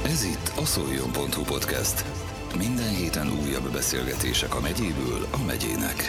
Ez itt a Szoljon.hu podcast. Minden héten újabb beszélgetések a megyéből a megyének.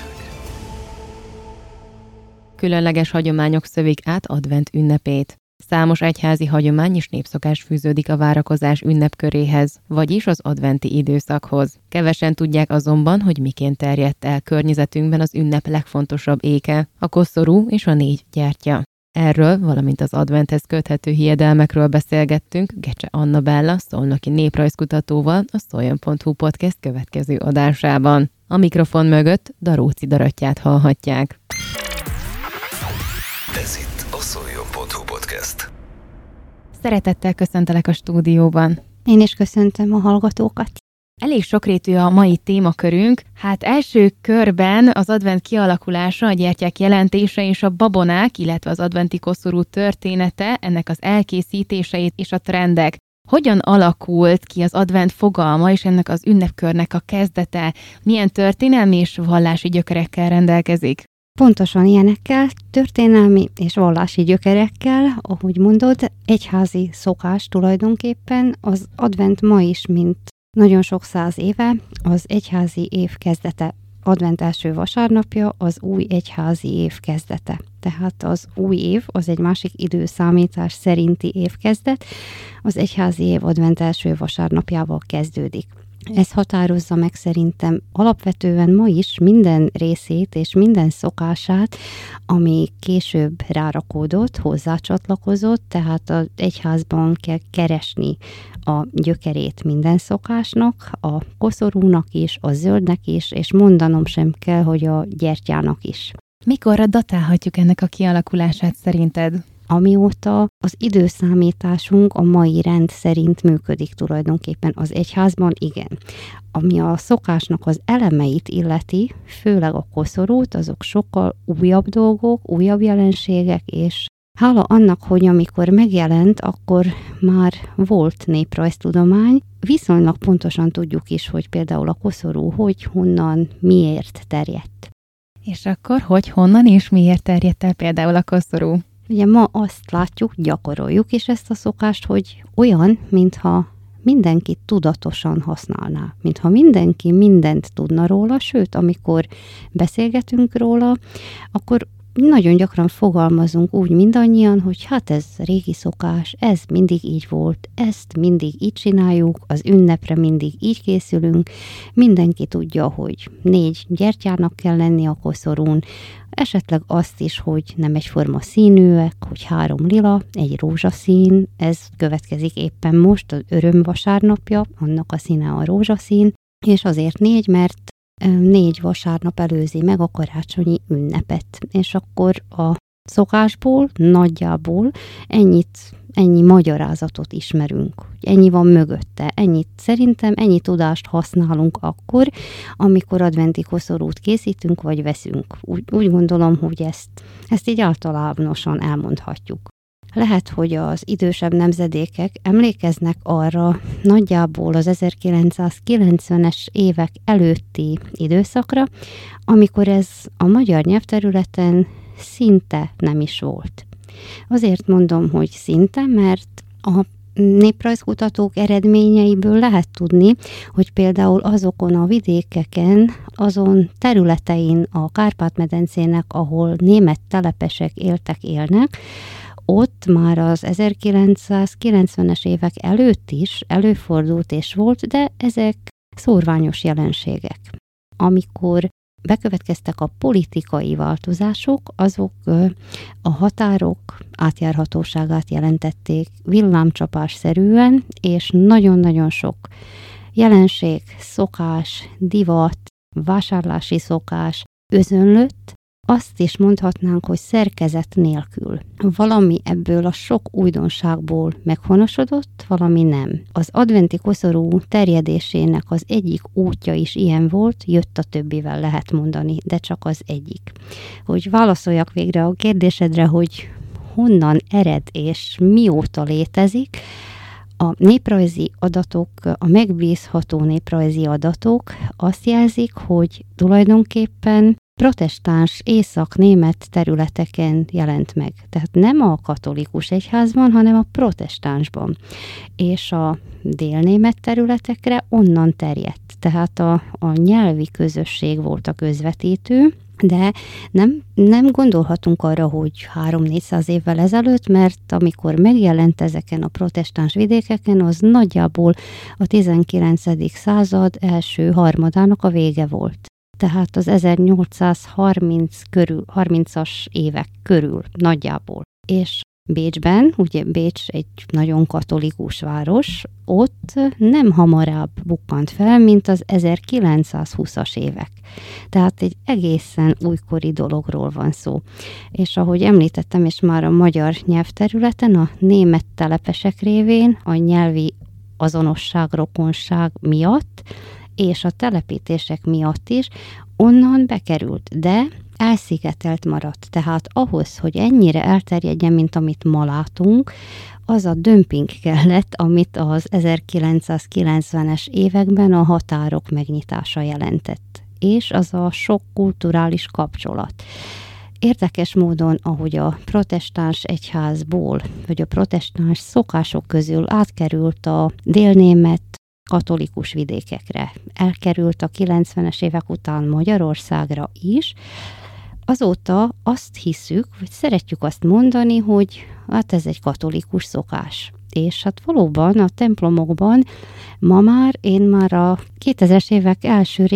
Különleges hagyományok szövik át advent ünnepét. Számos egyházi hagyomány és népszokás fűződik a várakozás ünnepköréhez, vagyis az adventi időszakhoz. Kevesen tudják azonban, hogy miként terjedt el környezetünkben az ünnep legfontosabb éke, a koszorú és a 4 gyertya. Erről, valamint az adventhez köthető hiedelmekről beszélgettünk Gecse Annabella, szolnoki néprajzkutatóval a Szoljon.hu podcast következő adásában. A mikrofon mögött Daróci Darattyát hallhatják. Ez itt a Szoljon.hu podcast. Szeretettel köszöntelek a stúdióban. Én is köszöntöm a hallgatókat. Elég sokrétű a mai témakörünk. Hát első körben az advent kialakulása, a gyertyák jelentése és a babonák, illetve az adventi koszorú története, ennek az elkészítéseit és a trendek. Hogyan alakult ki az advent fogalma és ennek az ünnepkörnek a kezdete? Milyen történelmi és vallási gyökerekkel rendelkezik? Pontosan ilyenekkel, történelmi és vallási gyökerekkel, ahogy mondod, egyházi szokás tulajdonképpen. Az advent ma is, mint nagyon sok száz éve, az egyházi év kezdete. Advent első vasárnapja az új egyházi év kezdete. Tehát az új év az egy másik időszámítás szerinti évkezdet, az egyházi év advent első vasárnapjával kezdődik. Ez határozza meg szerintem alapvetően ma is minden részét és minden szokását, ami később rárakódott, hozzácsatlakozott, tehát az egyházban kell keresni a gyökerét minden szokásnak, a koszorúnak is, a zöldnek is, és mondanom sem kell, hogy a gyertyának is. Mikorra datálhatjuk ennek a kialakulását szerinted? Amióta az időszámításunk a mai rend szerint működik tulajdonképpen az egyházban, igen. Ami a szokásnak az elemeit illeti, főleg a koszorút, azok sokkal újabb dolgok, újabb jelenségek, és hála annak, hogy amikor megjelent, akkor már volt néprajztudomány, viszonylag pontosan tudjuk is, hogy például a koszorú honnan, miért terjedt. És akkor honnan és miért terjedt el például a koszorú? Ugye ma azt látjuk, gyakoroljuk is ezt a szokást, hogy olyan, mintha mindenki tudatosan használná. Mintha mindenki mindent tudna róla, sőt, amikor beszélgetünk róla, akkor nagyon gyakran fogalmazunk úgy mindannyian, hogy hát ez régi szokás, ez mindig így volt, ezt mindig így csináljuk, az ünnepre mindig így készülünk, mindenki tudja, hogy 4 gyertyának kell lenni a koszorún, esetleg azt is, hogy nem egyforma színűek, hogy 3 lila, egy rózsaszín, ez következik éppen most, az öröm vasárnapja, annak a színe a rózsaszín, és azért 4, mert 4 vasárnap előzi meg a karácsonyi ünnepet. És akkor a szokásból nagyjából ennyi magyarázatot ismerünk. Ennyi van mögötte. Ennyi tudást használunk akkor, amikor adventi koszorút készítünk, vagy veszünk. Úgy gondolom, hogy ezt így általánosan elmondhatjuk. Lehet, hogy az idősebb nemzedékek emlékeznek arra nagyjából az 1990-es évek előtti időszakra, amikor ez a magyar nyelvterületen szinte nem is volt. Azért mondom, hogy szinte, mert a néprajzkutatók eredményeiből lehet tudni, hogy például azokon a vidékeken, azon területein a Kárpát-medencének, ahol német telepesek élnek, ott már az 1990-es évek előtt is előfordult és volt, de ezek szórványos jelenségek. Amikor bekövetkeztek a politikai változások, azok a határok átjárhatóságát jelentették villámcsapásszerűen, és nagyon-nagyon sok jelenség, szokás, divat, vásárlási szokás özönlött. Azt is mondhatnánk, hogy szerkezet nélkül. Valami ebből a sok újdonságból meghonosodott, valami nem. Az adventi koszorú terjedésének az egyik útja is ilyen volt, jött a többivel, lehet mondani, de csak az egyik. Hogy válaszoljak végre a kérdésedre, hogy honnan ered és mióta létezik, a néprajzi adatok, a megbízható néprajzi adatok azt jelzik, hogy tulajdonképpen protestáns észak-német területeken jelent meg. Tehát nem a katolikus egyházban, hanem a protestánsban. És a délnémet területekre onnan terjedt. Tehát a nyelvi közösség volt a közvetítő, de nem gondolhatunk arra, hogy 300-400 évvel ezelőtt, mert amikor megjelent ezeken a protestáns vidékeken, az nagyjából a 19. század első harmadának a vége volt. Tehát az 1830-as évek körül nagyjából. És Bécsben, ugye Bécs egy nagyon katolikus város, ott nem hamarabb bukkant fel, mint az 1920-as évek. Tehát egy egészen újkori dologról van szó. És ahogy említettem, és már a magyar nyelvterületen, a német telepesek révén, a nyelvi azonosság, rokonság miatt, és a telepítések miatt is onnan bekerült, de elszigetelt maradt. Tehát ahhoz, hogy ennyire elterjedjen, mint amit ma látunk, az a dömping kellett, amit az 1990-es években a határok megnyitása jelentett. És az a sok kulturális kapcsolat. Érdekes módon, ahogy a protestáns egyházból, vagy a protestáns szokások közül átkerült a délnémet katolikus vidékekre, elkerült a 90-es évek után Magyarországra is, azóta azt hiszük, vagy szeretjük azt mondani, hogy hát ez egy katolikus szokás. És hát valóban a templomokban én már a 2000-es évek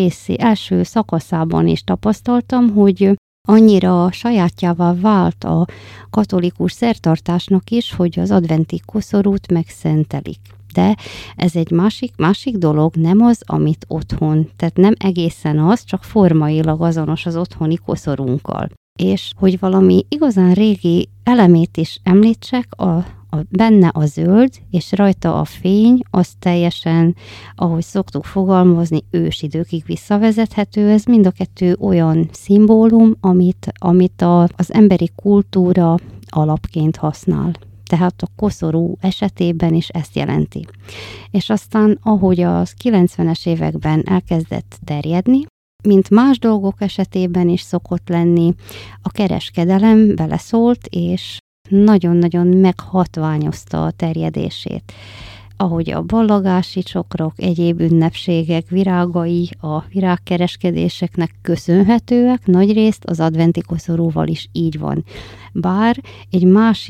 első szakaszában is tapasztaltam, hogy annyira sajátjává vált a katolikus szertartásnak is, hogy az adventi koszorút megszentelik. De ez egy másik dolog, nem az, amit otthon, tehát nem egészen az, csak formailag azonos az otthoni koszorunkkal. És hogy valami igazán régi elemét is említsek, benne a zöld, és rajta a fény, az teljesen, ahogy szoktuk fogalmazni, ősidőkig visszavezethető. Ez mind a kettő olyan szimbólum, amit az emberi kultúra alapként használ. Tehát a koszorú esetében is ezt jelenti. És aztán, ahogy az 90-es években elkezdett terjedni, mint más dolgok esetében is szokott lenni, a kereskedelem beleszólt, és nagyon-nagyon meghatványozta a terjedését. Ahogy a ballagási csokrok, egyéb ünnepségek virágai a virágkereskedéseknek köszönhetőek, nagyrészt az adventi koszorúval is így van. Bár egy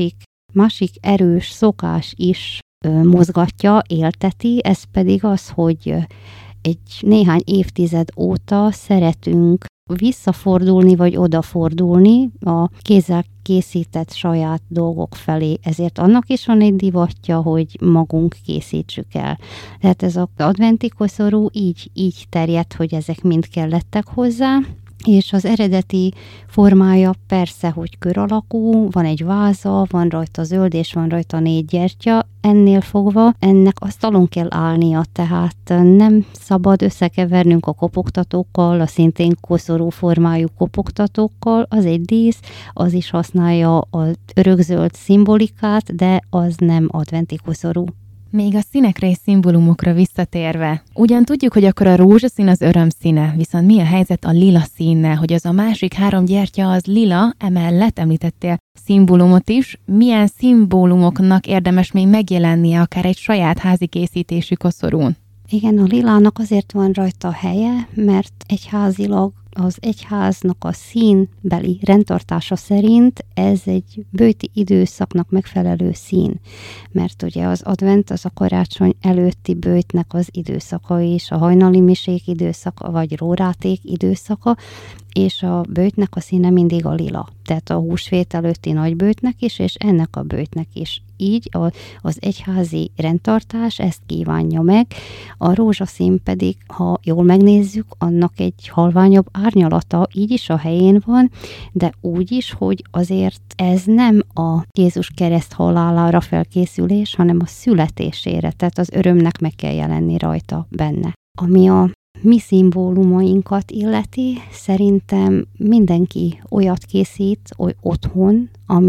másik erős szokás is mozgatja, élteti, ez pedig az, hogy egy néhány évtized óta szeretünk visszafordulni, vagy odafordulni a kézzel készített saját dolgok felé. Ezért annak is van egy divatja, hogy magunk készítsük el. Tehát ez az adventi koszorú így terjedt, hogy ezek mind kellettek hozzá, és az eredeti formája persze, hogy kör alakú, van egy váza, van rajta zöld, és van rajta 4 gyertya, ennél fogva ennek asztalon kell állnia, tehát nem szabad összekevernünk a kopogtatókkal, a szintén koszorú formájú kopogtatókkal, az egy dísz, az is használja az örökzöld szimbolikát, de az nem adventi koszorú. Még a színekre és szimbólumokra visszatérve, ugyan tudjuk, hogy akkor a rózsaszín az öröm színe, viszont mi a helyzet a lila színnel, hogy az a másik 3 gyertya az lila, emellett említettél szimbólumot is, milyen szimbólumoknak érdemes még megjelennie akár egy saját házi készítésű koszorún? Igen, a lilának azért van rajta helye, mert egyházilag az egyháznak a színbeli rendtartása szerint ez egy böjti időszaknak megfelelő szín. Mert ugye az advent, az a karácsony előtti böjtnek az időszaka is, a hajnali misék időszaka, vagy róráték időszaka, és a böjtnek a színe mindig a lila. Tehát a húsvét előtti nagyböjtnek is, és ennek a böjtnek is. Így az egyházi rendtartás ezt kívánja meg. A rózsaszín pedig, ha jól megnézzük, annak egy halványabb árnyalata így is a helyén van, de úgy is, hogy azért ez nem a Jézus kereszt halálára felkészülés, hanem a születésére, tehát az örömnek meg kell jelenni rajta benne. Ami a mi szimbólumainkat illeti, szerintem mindenki olyat készít otthon,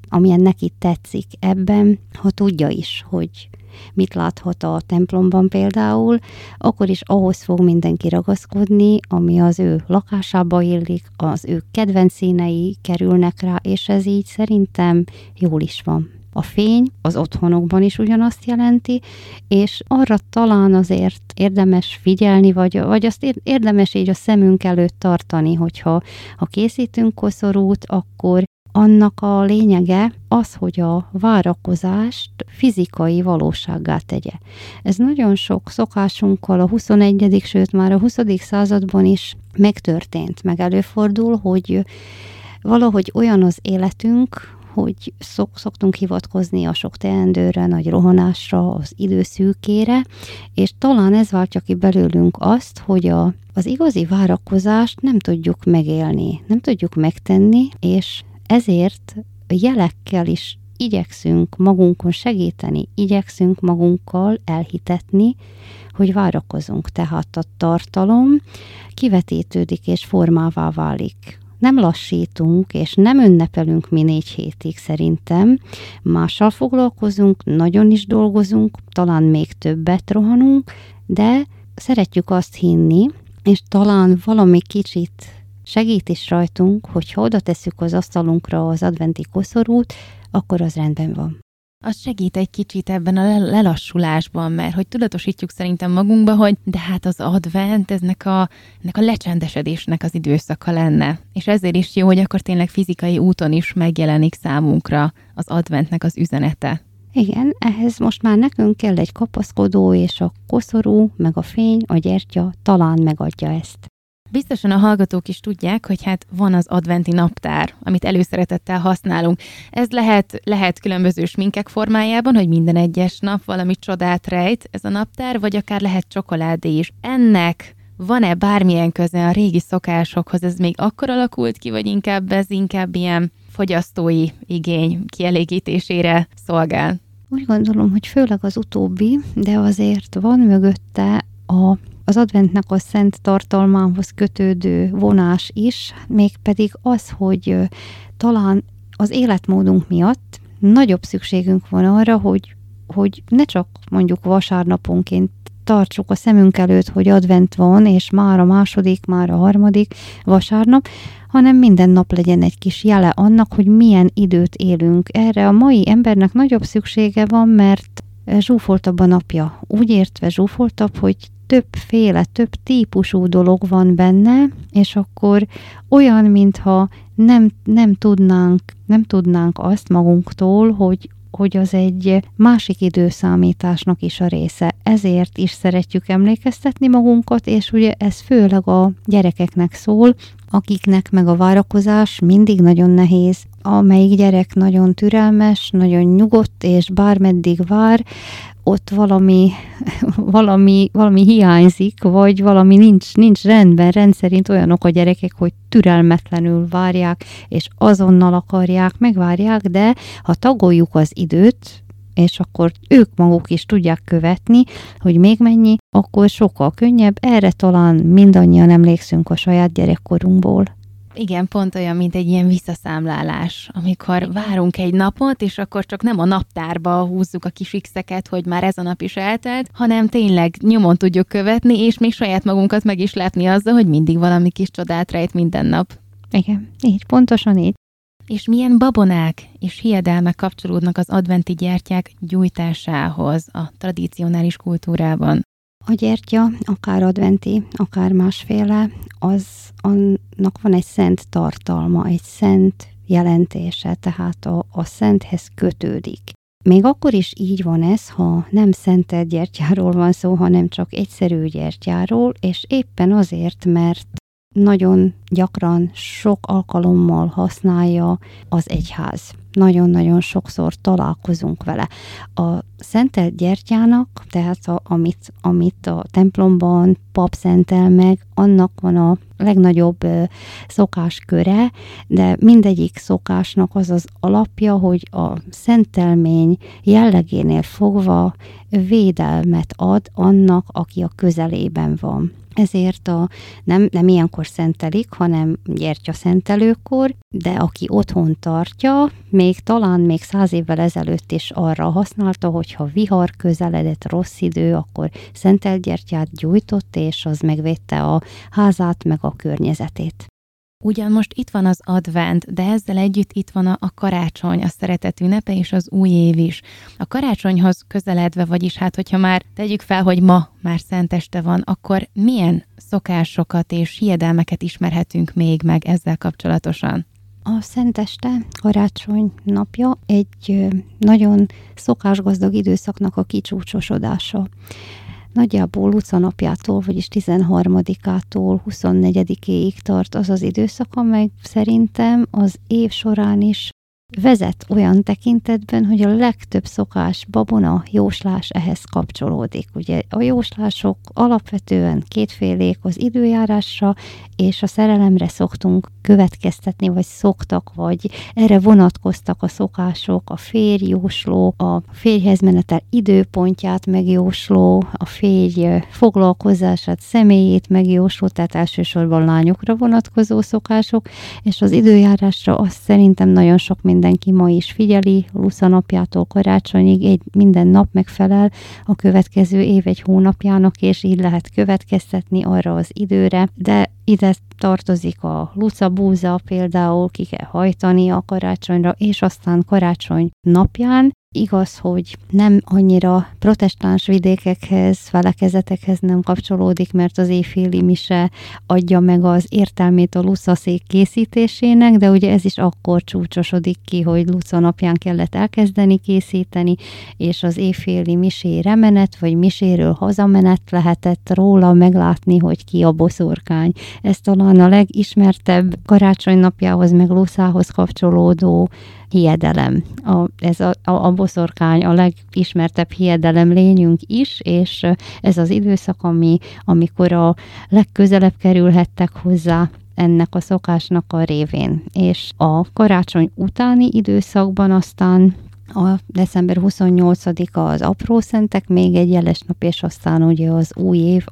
amilyen neki tetszik ebben, ha tudja is, hogy mit láthat a templomban például, akkor is ahhoz fog mindenki ragaszkodni, ami az ő lakásába illik, az ő kedvenc színei kerülnek rá, és ez így szerintem jól is van. A fény az otthonokban is ugyanazt jelenti, és arra talán azért érdemes figyelni, vagy azt érdemes így a szemünk előtt tartani, hogyha készítünk koszorút, akkor annak a lényege az, hogy a várakozást fizikai valósággá tegye. Ez nagyon sok szokásunkkal a 21., sőt már a 20. században is megtörtént, meg előfordul, hogy valahogy olyan az életünk, hogy szoktunk hivatkozni a sok teendőre, nagy rohanásra, az időszűkére, és talán ez váltja ki belőlünk azt, hogy az igazi várakozást nem tudjuk megélni, nem tudjuk megtenni, és ezért jelekkel is igyekszünk magunkon segíteni, igyekszünk magunkkal elhitetni, hogy várakozunk. Tehát a tartalom kivetítődik és formává válik. Nem lassítunk, és nem ünnepelünk mi 4 hétig szerintem. Mással foglalkozunk, nagyon is dolgozunk, talán még többet rohanunk, de szeretjük azt hinni, és talán valami kicsit segít is rajtunk, hogyha oda tesszük az asztalunkra az adventi koszorút, akkor az rendben van. Az segít egy kicsit ebben a lelassulásban, mert hogy tudatosítjuk szerintem magunkba, hogy de hát az advent, ennek a lecsendesedésnek az időszaka lenne. És ezért is jó, hogy akkor tényleg fizikai úton is megjelenik számunkra az adventnek az üzenete. Igen, ehhez most már nekünk kell egy kapaszkodó, és a koszorú, meg a fény, a gyertya talán megadja ezt. Biztosan a hallgatók is tudják, hogy hát van az adventi naptár, amit előszeretettel használunk. Ez lehet különböző sminkek formájában, hogy minden egyes nap valami csodát rejt ez a naptár, vagy akár lehet csokoládé is. Ennek van-e bármilyen köze a régi szokásokhoz? Ez még akkor alakult ki, vagy inkább ilyen fogyasztói igény kielégítésére szolgál? Úgy gondolom, hogy főleg az utóbbi, de azért van mögötte az adventnek a szent tartalmához kötődő vonás is, mégpedig az, hogy talán az életmódunk miatt nagyobb szükségünk van arra, hogy ne csak mondjuk vasárnaponként tartsuk a szemünk előtt, hogy advent van, és már a második, már a harmadik vasárnap, hanem minden nap legyen egy kis jele annak, hogy milyen időt élünk. Erre a mai embernek nagyobb szüksége van, mert zsúfoltabb a napja. Úgy értve zsúfoltabb, hogy többféle, több típusú dolog van benne, és akkor olyan, mintha nem tudnánk azt magunktól, hogy az egy másik időszámításnak is a része. Ezért is szeretjük emlékeztetni magunkat, és ugye ez főleg a gyerekeknek szól, akiknek meg a várakozás mindig nagyon nehéz. Amelyik gyerek nagyon türelmes, nagyon nyugodt, és bármeddig vár, ott valami hiányzik, vagy valami nincs rendben. Rendszerint olyanok a gyerekek, hogy türelmetlenül várják, és azonnal akarják, megvárják, de ha tagoljuk az időt, és akkor ők maguk is tudják követni, hogy még mennyi, akkor sokkal könnyebb. Erre talán mindannyian emlékszünk a saját gyerekkorunkból. Igen, pont olyan, mint egy ilyen visszaszámlálás, amikor várunk egy napot, és akkor csak nem a naptárba húzzuk a kis x-eket, hogy már ez a nap is eltelt, hanem tényleg nyomon tudjuk követni, és még saját magunkat meg is látni azzal, hogy mindig valami kis csodát rejt minden nap. Igen, így, pontosan így. És milyen babonák és hiedelmek kapcsolódnak az adventi gyertyák gyújtásához a tradicionális kultúrában? A gyertya, akár adventi, akár másféle, annak van egy szent tartalma, egy szent jelentése, tehát a szenthez kötődik. Még akkor is így van ez, ha nem szentelt gyertyáról van szó, hanem csak egyszerű gyertyáról, és éppen azért, mert nagyon gyakran, sok alkalommal használja az egyház. Nagyon-nagyon sokszor találkozunk vele. A szentelt gyertyának, tehát amit a templomban pap szentel meg, annak van a legnagyobb szokásköre, de mindegyik szokásnak az az alapja, hogy a szentelmény jellegénél fogva védelmet ad annak, aki a közelében van. Ezért nem ilyenkor szentelik, hanem gyertyaszentelőkor, de aki otthon tartja, talán még 100 évvel ezelőtt is arra használta, hogyha vihar közeledett, rossz idő, akkor szentelt gyertyát gyújtott, és az megvédte a házát, meg a környezetét. Ugyan most itt van az advent, de ezzel együtt itt van a karácsony, a szeretet ünnepe és az új év is. A karácsonyhoz közeledve, vagyis hát, hogyha már tegyük fel, hogy ma már szenteste van, akkor milyen szokásokat és hiedelmeket ismerhetünk még meg ezzel kapcsolatosan? A szenteste, karácsony napja egy nagyon szokásgazdag időszaknak a kicsúcsosodása. Nagyjából Luca napjától, vagyis 13-ától 24-éig tart az az időszak, amely szerintem az év során is vezet olyan tekintetben, hogy a legtöbb szokás, babona, jóslás ehhez kapcsolódik. Ugye a jóslások alapvetően kétfélék, az időjárásra és a szerelemre szoktunk következtetni, vagy szoktak, vagy erre vonatkoztak a szokások, a férjjósló, a férjhez menetel időpontját megjósló, a férj foglalkozását, személyét megjósló, tehát elsősorban lányokra vonatkozó szokások, és az időjárásra azt szerintem nagyon sok mindenki ma is figyeli, Luca napjától karácsonyig minden nap megfelel a következő év egy hónapjának, és így lehet következtetni arra az időre, de ide tartozik a lucabúza, például ki kell hajtani a karácsonyra, és aztán karácsony napján. Igaz, hogy nem annyira protestáns vidékekhez, felekezetekhez nem kapcsolódik, mert az éjféli mise adja meg az értelmét a lucaszék készítésének, de ugye ez is akkor csúcsosodik ki, hogy Luca napján kellett elkezdeni készíteni, és az éjféli misére menet, vagy miséről hazamenet lehetett róla meglátni, hogy ki a boszorkány. Ez talán a legismertebb karácsony napjához, meg Lucához kapcsolódó hiedelem. Ez a boszorkány a legismertebb hiedelem lényünk is, és ez az időszak, amikor a legközelebb kerülhettek hozzá ennek a szokásnak a révén. És a karácsony utáni időszakban aztán a december 28-a az aprószentek, még egy jeles nap, és aztán ugye az új év,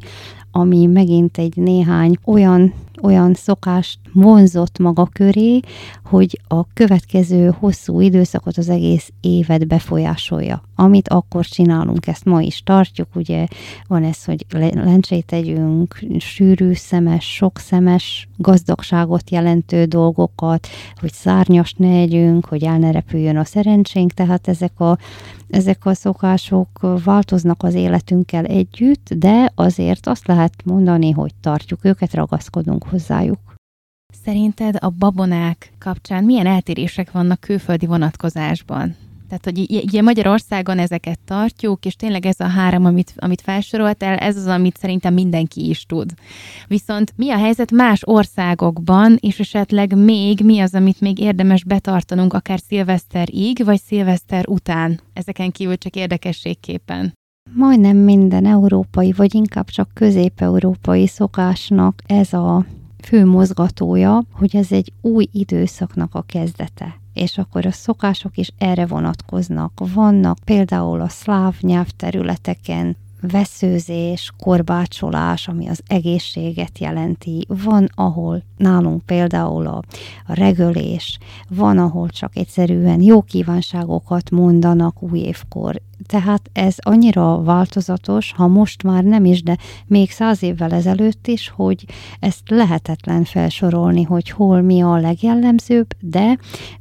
ami megint egy néhány olyan szokást vonzott maga köré, hogy a következő hosszú időszakot, az egész évet befolyásolja. Amit akkor csinálunk, ezt ma is tartjuk, ugye van ez, hogy lencsét tegyünk, sűrű szemes, sok szemes, gazdagságot jelentő dolgokat, hogy szárnyast ne együnk, hogy el ne repüljön a szerencsénk, tehát ezek a szokások változnak az életünkkel együtt, de azért azt lehet mondani, hogy tartjuk őket, ragaszkodunk hozzájuk. Szerinted a babonák kapcsán milyen eltérések vannak külföldi vonatkozásban? Tehát, hogy ugye Magyarországon ezeket tartjuk, és tényleg ez a három, amit felsoroltál, ez az, amit szerintem mindenki is tud. Viszont mi a helyzet más országokban, és esetleg mi az, amit még érdemes betartanunk, akár szilveszterig, vagy szilveszter után? Ezeken kívül csak érdekességképpen. Majdnem minden európai, vagy inkább csak közép-európai szokásnak ez a fő mozgatója, hogy ez egy új időszaknak a kezdete. És akkor a szokások is erre vonatkoznak. Vannak például a szláv nyelvterületeken veszőzés, korbácsolás, ami az egészséget jelenti. Van, ahol nálunk például a regölés, van, ahol csak egyszerűen jó kívánságokat mondanak új évkor. Tehát ez annyira változatos, ha most már nem is, de még 100 évvel ezelőtt is, hogy ezt lehetetlen felsorolni, hogy hol mi a legjellemzőbb, de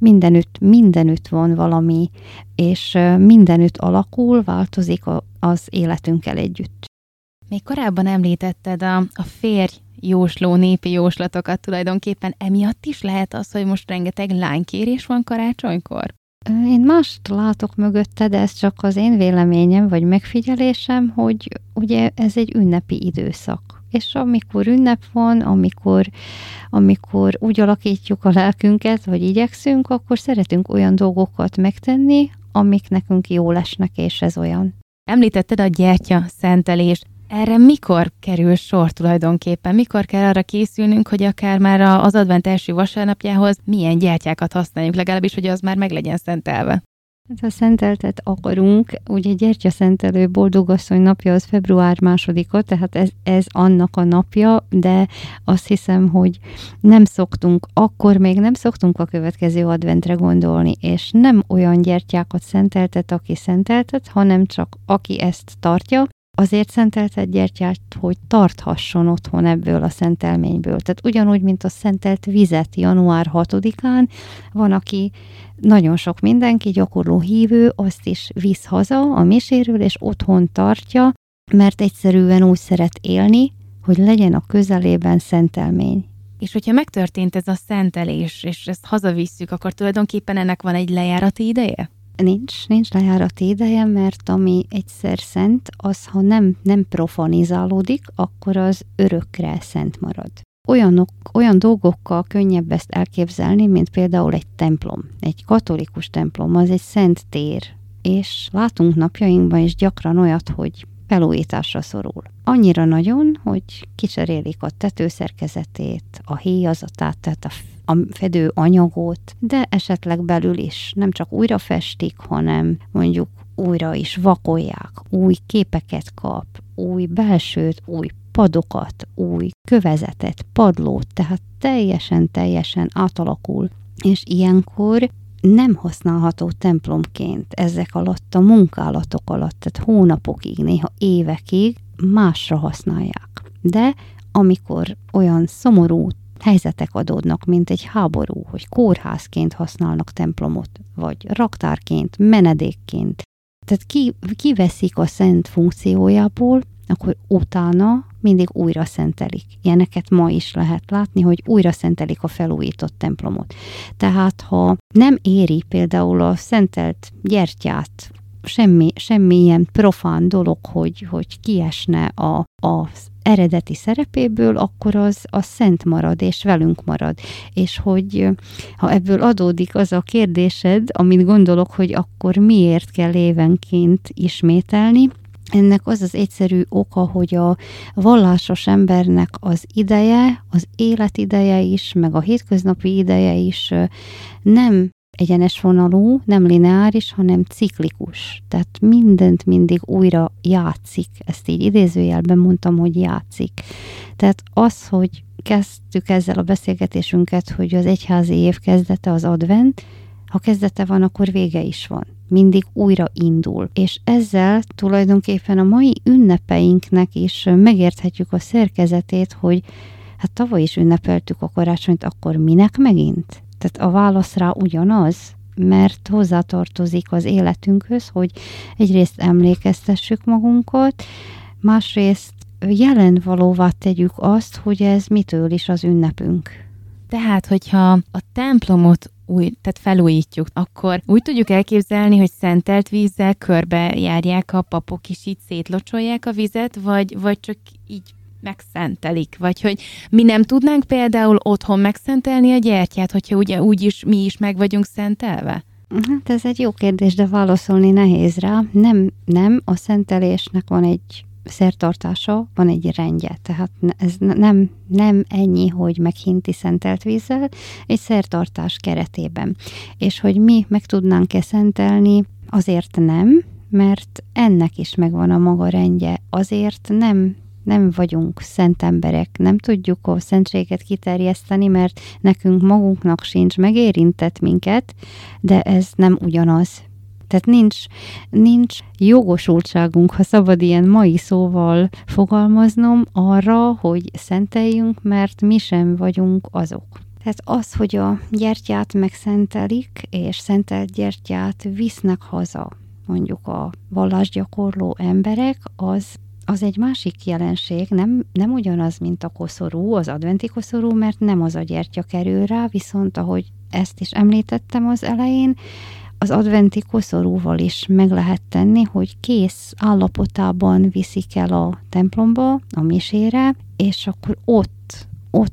mindenütt van valami, és mindenütt alakul, változik az életünkkel együtt. Még korábban említetted a férj jósló, népi jóslatokat tulajdonképpen. Emiatt is lehet az, hogy most rengeteg lánykérés van karácsonykor? Én mást látok mögötte, de ez csak az én véleményem, vagy megfigyelésem, hogy ugye ez egy ünnepi időszak. És amikor ünnep van, amikor úgy alakítjuk a lelkünket, vagy igyekszünk, akkor szeretünk olyan dolgokat megtenni, amik nekünk jól esnek, és ez olyan. Említetted a gyertya szentelést. Erre mikor kerül sor tulajdonképpen? Mikor kell arra készülnünk, hogy akár már az advent első vasárnapjához milyen gyertyákat használjuk, legalábbis, hogy az már meg legyen szentelve? Ha szenteltet akarunk, ugye gyertyaszentelő boldogasszony napja az február 2-a, tehát ez annak a napja, de azt hiszem, hogy akkor még nem szoktunk a következő adventre gondolni, és nem olyan gyertyákat szenteltet, aki szenteltet, hanem csak aki ezt tartja, azért szenteltet gyertyát, hogy tarthasson otthon ebből a szentelményből. Tehát ugyanúgy, mint a szentelt vizet január 6-án, van, aki nagyon sok mindenki, gyakorló hívő, azt is visz haza a miséről, és otthon tartja, mert egyszerűen úgy szeret élni, hogy legyen a közelében szentelmény. És hogyha megtörtént ez a szentelés, és ezt hazavisszük, akkor tulajdonképpen ennek van egy lejárati ideje? Nincs lejárati ideje, mert ami egyszer szent, az, ha nem profanizálódik, akkor az örökre szent marad. Olyan dolgokkal könnyebb ezt elképzelni, mint például egy templom. Egy katolikus templom, az egy szent tér. És látunk napjainkban is gyakran olyat, hogy felújításra szorul. Annyira nagyon, hogy kicserélik a tetőszerkezetét, a héjazatát, tehát a fedő anyagot, de esetleg belül is nem csak újra festik, hanem mondjuk újra is vakolják, új képeket kap, új belsőt, új padokat, új kövezetet, padlót, tehát teljesen átalakul. És ilyenkor nem használható templomként ezek alatt a munkálatok alatt, tehát hónapokig, néha évekig másra használják. De amikor olyan szomorú helyzetek adódnak, mint egy háború, hogy kórházként használnak templomot, vagy raktárként, menedékként, tehát kiveszik a szent funkciójából, akkor utána mindig újra szentelik. Ilyeneket ma is lehet látni, hogy újra szentelik a felújított templomot. Tehát ha nem éri például a szentelt gyertyát, semmi ilyen profán dolog, hogy kiesne az eredeti szerepéből, akkor az szent marad, és velünk marad. És hogy ha ebből adódik az a kérdésed, amit gondolok, hogy akkor miért kell évenként ismételni, ennek az az egyszerű oka, hogy a vallásos embernek az ideje, az életideje is, meg a hétköznapi ideje is nem egyenes vonalú, nem lineáris, hanem ciklikus. Tehát mindent mindig újra játszik. Ezt így idézőjelben mondtam, hogy játszik. Tehát az, hogy kezdtük ezzel a beszélgetésünket, hogy az egyházi év kezdete az advent, ha kezdete van, akkor vége is van. Mindig újra indul. És ezzel tulajdonképpen a mai ünnepeinknek is megérthetjük a szerkezetét, hogy hát tavaly is ünnepeltük a karácsonyt, akkor minek megint? Tehát a válasz rá ugyanaz, mert hozzátartozik az életünkhöz, hogy egyrészt emlékeztessük magunkat, másrészt jelenvalóvá tegyük azt, hogy ez mitől is az ünnepünk. Tehát, hogyha a templomot tehát felújítjuk, akkor úgy tudjuk elképzelni, hogy szentelt vízzel körbe járják a papok, és így szétlocsolják a vizet, vagy csak így megszentelik, vagy hogy mi nem tudnánk például otthon megszentelni a gyertyát, hogyha ugye úgyis mi is meg vagyunk szentelve? Hát ez egy jó kérdés, de válaszolni nehéz rá. Nem, a szentelésnek van egy szertartása, van egy rendje, tehát ez nem ennyi, hogy meghinti szentelt vízzel, egy szertartás keretében. És hogy mi meg tudnánk-e szentelni, azért nem, mert ennek is megvan a maga rendje. Azért nem vagyunk szent emberek, nem tudjuk a szentséget kiterjeszteni, mert nekünk magunknak sincs megérintett minket, de ez nem ugyanaz. Tehát nincs jogosultságunk, ha szabad ilyen mai szóval fogalmaznom, arra, hogy szenteljünk, mert mi sem vagyunk azok. Tehát az, hogy a gyertyát megszentelik, és szentelt gyertyát visznek haza, mondjuk a vallásgyakorló emberek, az egy másik jelenség, nem ugyanaz, mint a koszorú, az adventi koszorú, mert nem az a gyertya kerül rá, viszont ahogy ezt is említettem az elején, az adventi koszorúval is meg lehet tenni, hogy kész állapotában viszik el a templomba, a misére, és akkor ott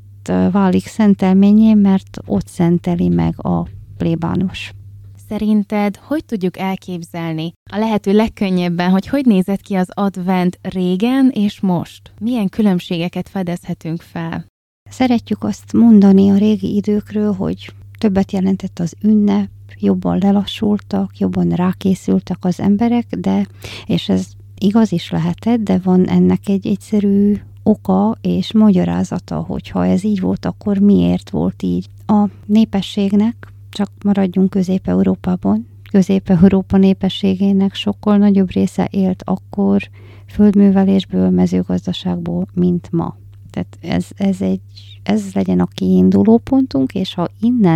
válik szentelménnyé, mert ott szenteli meg a plébános. Szerinted hogy tudjuk elképzelni a lehető legkönnyebben, hogy nézett ki az advent régen és most? Milyen különbségeket fedezhetünk fel? Szeretjük azt mondani a régi időkről, hogy többet jelentett az ünnep, jobban lelassultak, jobban rákészültek az emberek, és ez igaz is lehetett, de van ennek egy egyszerű oka és magyarázata, hogyha ez így volt, akkor miért volt így. A népességnek, csak maradjunk Közép-Európában, Közép-Európa népességének sokkal nagyobb része élt akkor földművelésből, mezőgazdaságból, mint ma. Tehát ez legyen a kiinduló pontunk, és ha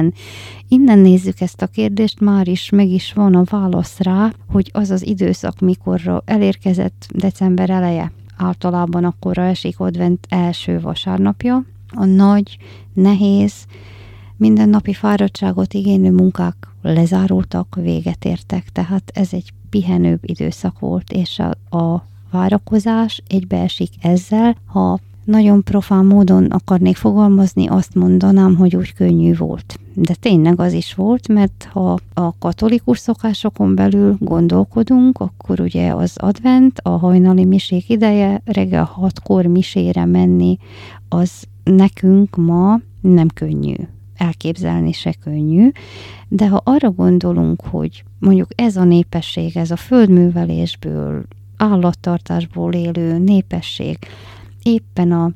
innen nézzük ezt a kérdést, már is meg is van a válasz rá, hogy az az időszak, mikor elérkezett december eleje, általában akkorra esik advent első vasárnapja, a nagy, nehéz, mindennapi fáradtságot igénylő munkák lezárultak, véget értek, tehát ez egy pihenőbb időszak volt, és a várakozás egybeesik ezzel. Ha nagyon profán módon akarnék fogalmazni, azt mondanám, hogy úgy könnyű volt. De tényleg az is volt, mert ha a katolikus szokásokon belül gondolkodunk, akkor ugye az advent, a hajnali misék ideje, reggel 6-kor misére menni, az nekünk ma nem könnyű. Elképzelni se könnyű, de ha arra gondolunk, hogy mondjuk ez a népesség, ez a földművelésből, állattartásból élő népesség éppen a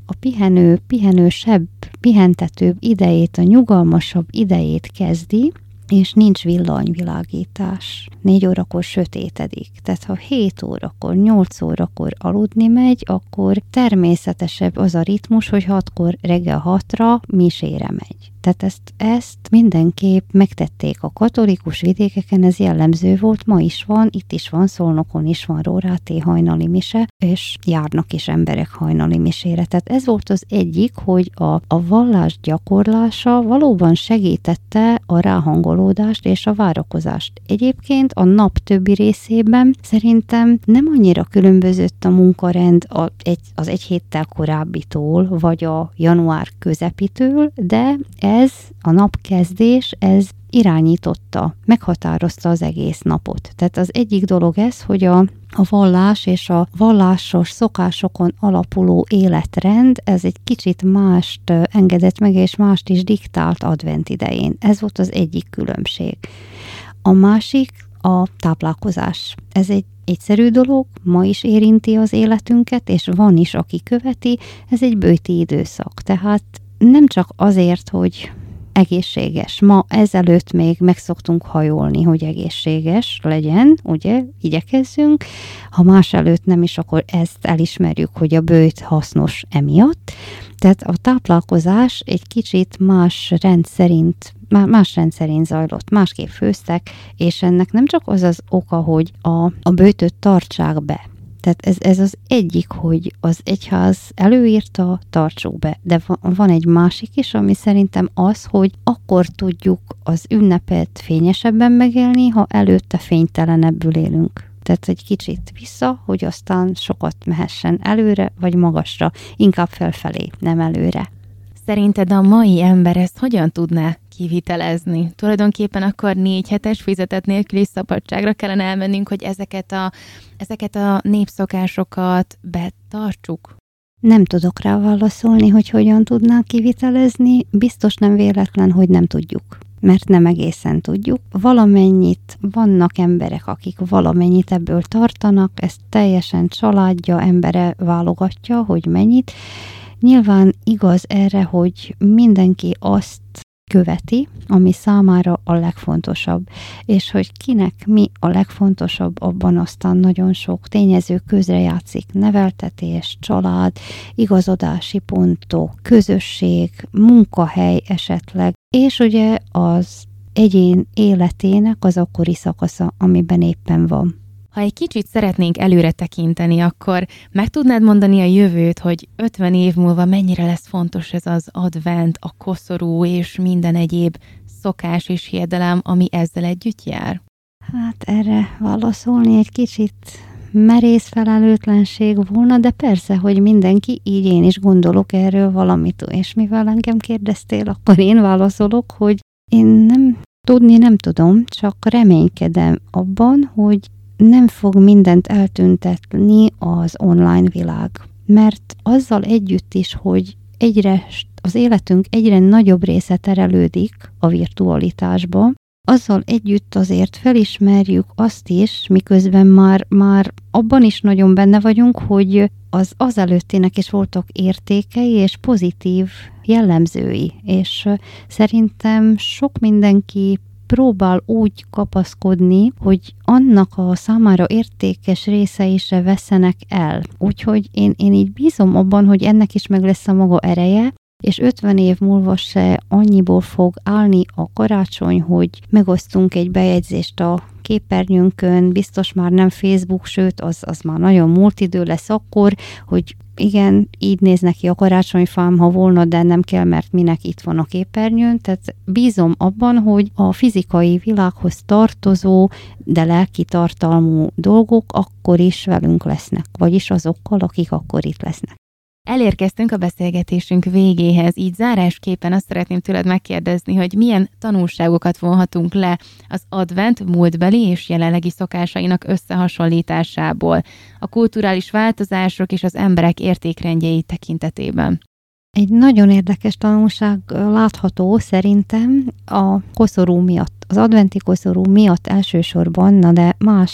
pihenősebb, pihentetőbb idejét, a nyugalmasabb idejét kezdi, és nincs villanyvilágítás. 4 órakor sötétedik. Tehát ha 7 órakor, 8 órakor aludni megy, akkor természetesebb az a ritmus, hogy 6-kor reggel 6-ra misére megy. Tehát ezt mindenképp megtették a katolikus vidékeken, ez jellemző volt, ma is van, itt is van, Szolnokon is van Róráté hajnali mise, és járnak is emberek hajnali misére. Tehát ez volt az egyik, hogy a vallás gyakorlása valóban segítette a ráhangolódást és a várakozást. Egyébként a nap többi részében szerintem nem annyira különbözött a munkarend az egy héttel korábbitól, vagy a január közepitől, de ez a napkezdés, ez irányította, meghatározta az egész napot. Tehát az egyik dolog ez, hogy a vallás és a vallásos szokásokon alapuló életrend, ez egy kicsit mást engedett meg, és mást is diktált advent idején. Ez volt az egyik különbség. A másik a táplálkozás. Ez egy egyszerű dolog, ma is érinti az életünket, és van is, aki követi, ez egy böjti időszak. Tehát nem csak azért, hogy egészséges. Ma ezelőtt még megszoktunk hajolni, hogy egészséges legyen, ugye, igyekezzünk. Ha más előtt nem is, akkor ezt elismerjük, hogy a böjt hasznos emiatt. Tehát a táplálkozás egy kicsit más rend szerint zajlott, másképp főztek, és ennek nem csak az az oka, hogy a böjtöt tartsák be. Tehát ez az egyik, hogy az egyház előírta, tartsuk be. De van egy másik is, ami szerintem az, hogy akkor tudjuk az ünnepet fényesebben megélni, ha előtte fénytelenebbül élünk. Tehát egy kicsit vissza, hogy aztán sokat mehessen előre, vagy magasra, inkább felfelé, nem előre. Szerinted a mai ember ezt hogyan tudná kivitelezni? Tulajdonképpen akkor 4 hetes fizetett nélküli szabadságra kellene elmennünk, hogy ezeket a népszokásokat betartsuk? Nem tudok rá válaszolni, hogy hogyan tudnánk kivitelezni. Biztos nem véletlen, hogy nem tudjuk. Mert nem egészen tudjuk. Valamennyit, vannak emberek, akik valamennyit ebből tartanak, ezt teljesen családja, embere válogatja, hogy mennyit. Nyilván igaz erre, hogy mindenki azt követi, ami számára a legfontosabb, és hogy kinek mi a legfontosabb, abban aztán nagyon sok tényező közrejátszik, neveltetés, család, igazodási pontok, közösség, munkahely esetleg, és ugye az egyén életének az akkori szakasza, amiben éppen van. Ha egy kicsit szeretnénk előre tekinteni, akkor meg tudnád mondani a jövőt, hogy 50 év múlva mennyire lesz fontos ez az advent, a koszorú és minden egyéb szokás és hiedelem, ami ezzel együtt jár? Hát erre válaszolni egy kicsit merész felelőtlenség volna, de persze, hogy mindenki, így én is gondolok erről valamit, és mivel engem kérdeztél, akkor én válaszolok, hogy én nem tudom, csak reménykedem abban, hogy nem fog mindent eltüntetni az online világ. Mert azzal együtt is, hogy az életünk egyre nagyobb része terelődik a virtualitásba, azzal együtt azért felismerjük azt is, miközben már abban is nagyon benne vagyunk, hogy az előttének is voltak értékei és pozitív jellemzői, és szerintem sok mindenki próbál úgy kapaszkodni, hogy annak a számára értékes részei se vesszenek el. Úgyhogy én így bízom abban, hogy ennek is meg lesz a maga ereje, és 50 év múlva se annyiból fog állni a karácsony, hogy megosztunk egy bejegyzést a képernyőnkön, biztos már nem Facebook, sőt, az már nagyon múlt idő lesz akkor, hogy igen, így néz neki a karácsonyfám, ha volna, de nem kell, mert minek itt van a képernyőn. Tehát bízom abban, hogy a fizikai világhoz tartozó, de lelki tartalmú dolgok akkor is velünk lesznek, vagyis azokkal, akik akkor itt lesznek. Elérkeztünk a beszélgetésünk végéhez, így zárásképpen azt szeretném tőled megkérdezni, hogy milyen tanulságokat vonhatunk le az advent múltbeli és jelenlegi szokásainak összehasonlításából, a kulturális változások és az emberek értékrendjei tekintetében. Egy nagyon érdekes tanulság látható szerintem a koszorú miatt. Az adventi koszorú miatt elsősorban, de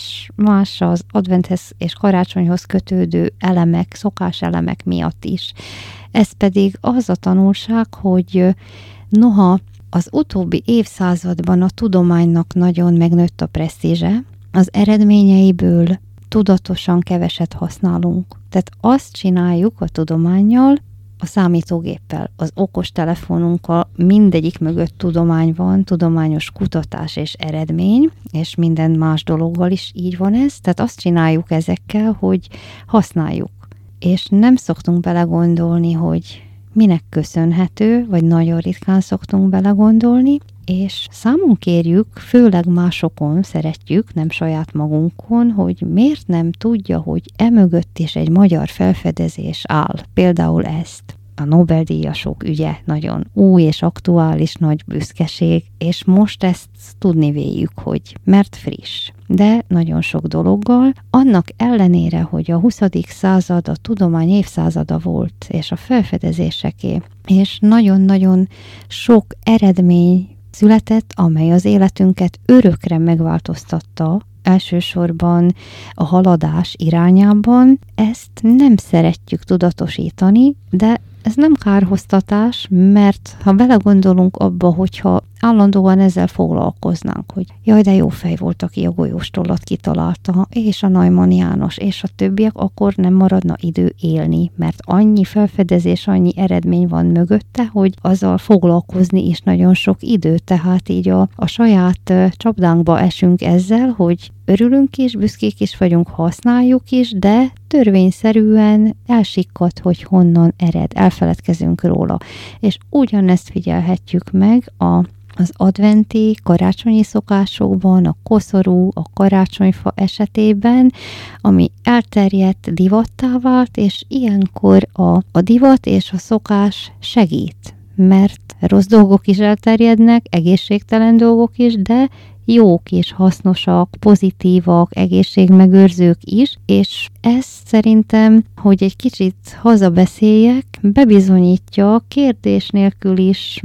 más az adventhez és karácsonyhoz kötődő elemek, szokáselemek miatt is. Ez pedig az a tanulság, hogy noha az utóbbi évszázadban a tudománynak nagyon megnőtt a presztízse, az eredményeiből tudatosan keveset használunk. Tehát azt csináljuk a tudománnyal, a számítógéppel, az okostelefonunkkal, mindegyik mögött tudomány van, tudományos kutatás és eredmény, és minden más dologgal is így van ez, tehát azt csináljuk ezekkel, hogy használjuk. És nem szoktunk belegondolni, hogy minek köszönhető, vagy nagyon ritkán szoktunk belegondolni, és számon kérjük, főleg másokon szeretjük, nem saját magunkon, hogy miért nem tudja, hogy emögött is egy magyar felfedezés áll. Például ezt. A Nobel-díjasok ügye nagyon új és aktuális, nagy büszkeség, és most ezt tudni véljük, hogy mert friss. De nagyon sok dologgal, annak ellenére, hogy a 20. század a tudomány évszázada volt, és a felfedezéseké, és nagyon-nagyon sok eredmény született, amely az életünket örökre megváltoztatta, elsősorban a haladás irányában. Ezt nem szeretjük tudatosítani, de ez nem kárhoztatás, mert ha belegondolunk abba, hogyha állandóan ezzel foglalkoznánk, hogy jaj, de jó fej volt, aki a golyóstollat kitalálta, és a Neumann János, és a többiek, akkor nem maradna idő élni, mert annyi felfedezés, annyi eredmény van mögötte, hogy azzal foglalkozni is nagyon sok idő, tehát így a saját csapdánkba esünk ezzel, hogy örülünk is, büszkék is vagyunk, használjuk is, de törvényszerűen elsikkadt, hogy honnan ered, elfeledkezünk róla. És ugyanezt figyelhetjük meg az adventi, karácsonyi szokásokban, a koszorú, a karácsonyfa esetében, ami elterjedt, divattá vált, és ilyenkor a divat és a szokás segít, mert rossz dolgok is elterjednek, egészségtelen dolgok is, de jók és hasznosak, pozitívak, egészségmegőrzők is, és ez szerintem, hogy egy kicsit hazabeszéljek, bebizonyítja kérdés nélkül is,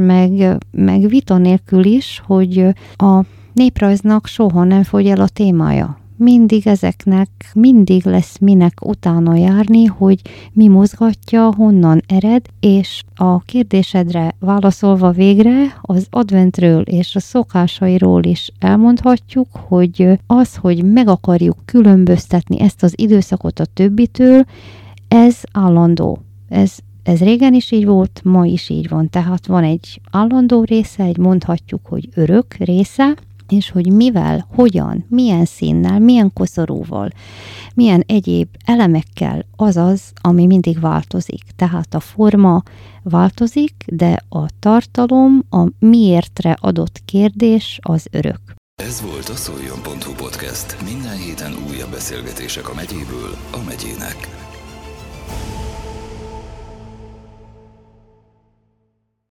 meg vita nélkül is, hogy a néprajznak soha nem fogy el a témája. Mindig ezeknek, mindig lesz minek utána járni, hogy mi mozgatja, honnan ered, és a kérdésedre válaszolva végre az adventről és a szokásairól is elmondhatjuk, hogy az, hogy meg akarjuk különböztetni ezt az időszakot a többitől, ez állandó. Ez régen is így volt, ma is így van. Tehát van egy állandó része, egy mondhatjuk, hogy örök része, és hogy mivel, hogyan, milyen színnel, milyen koszorúval, milyen egyéb elemekkel az, ami mindig változik. Tehát a forma változik, de a tartalom, a miértre adott kérdés az örök. Ez volt a Szoljon.hu podcast. Minden héten újabb beszélgetések a megyéből a megyének.